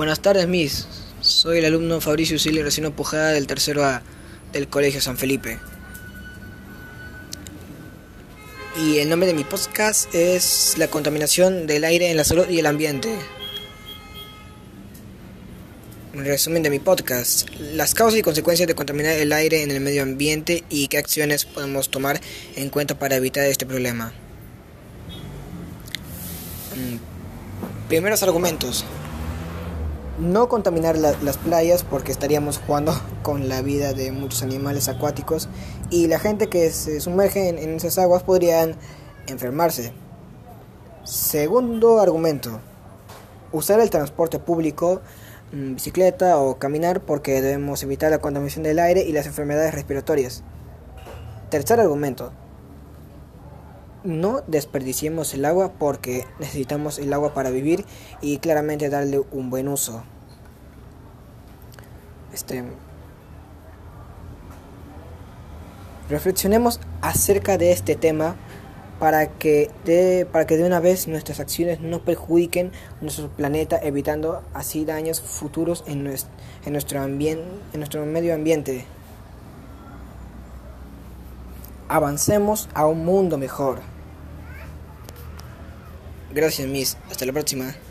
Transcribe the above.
Buenas tardes, Miss. Soy el alumno Fabricio Silva Racino Pujada del tercero A del Colegio San Felipe. Y el nombre de mi podcast es La contaminación del aire en la salud y el ambiente. Un resumen de mi podcast: las causas y consecuencias de contaminar el aire en el medio ambiente y qué acciones podemos tomar en cuenta para evitar este problema. Primeros argumentos: no contaminar las playas porque estaríamos jugando con la vida de muchos animales acuáticos y la gente que se sumerge en esas aguas podrían enfermarse. Segundo argumento: usar el transporte público, bicicleta o caminar porque debemos evitar la contaminación del aire y las enfermedades respiratorias. Tercer argumento: no desperdiciemos el agua porque necesitamos el agua para vivir y claramente darle un buen uso. Reflexionemos acerca de este tema para que de una vez nuestras acciones no perjudiquen nuestro planeta, evitando así daños futuros en nuestro medio ambiente. Avancemos a un mundo mejor. Gracias, Miss. Hasta la próxima.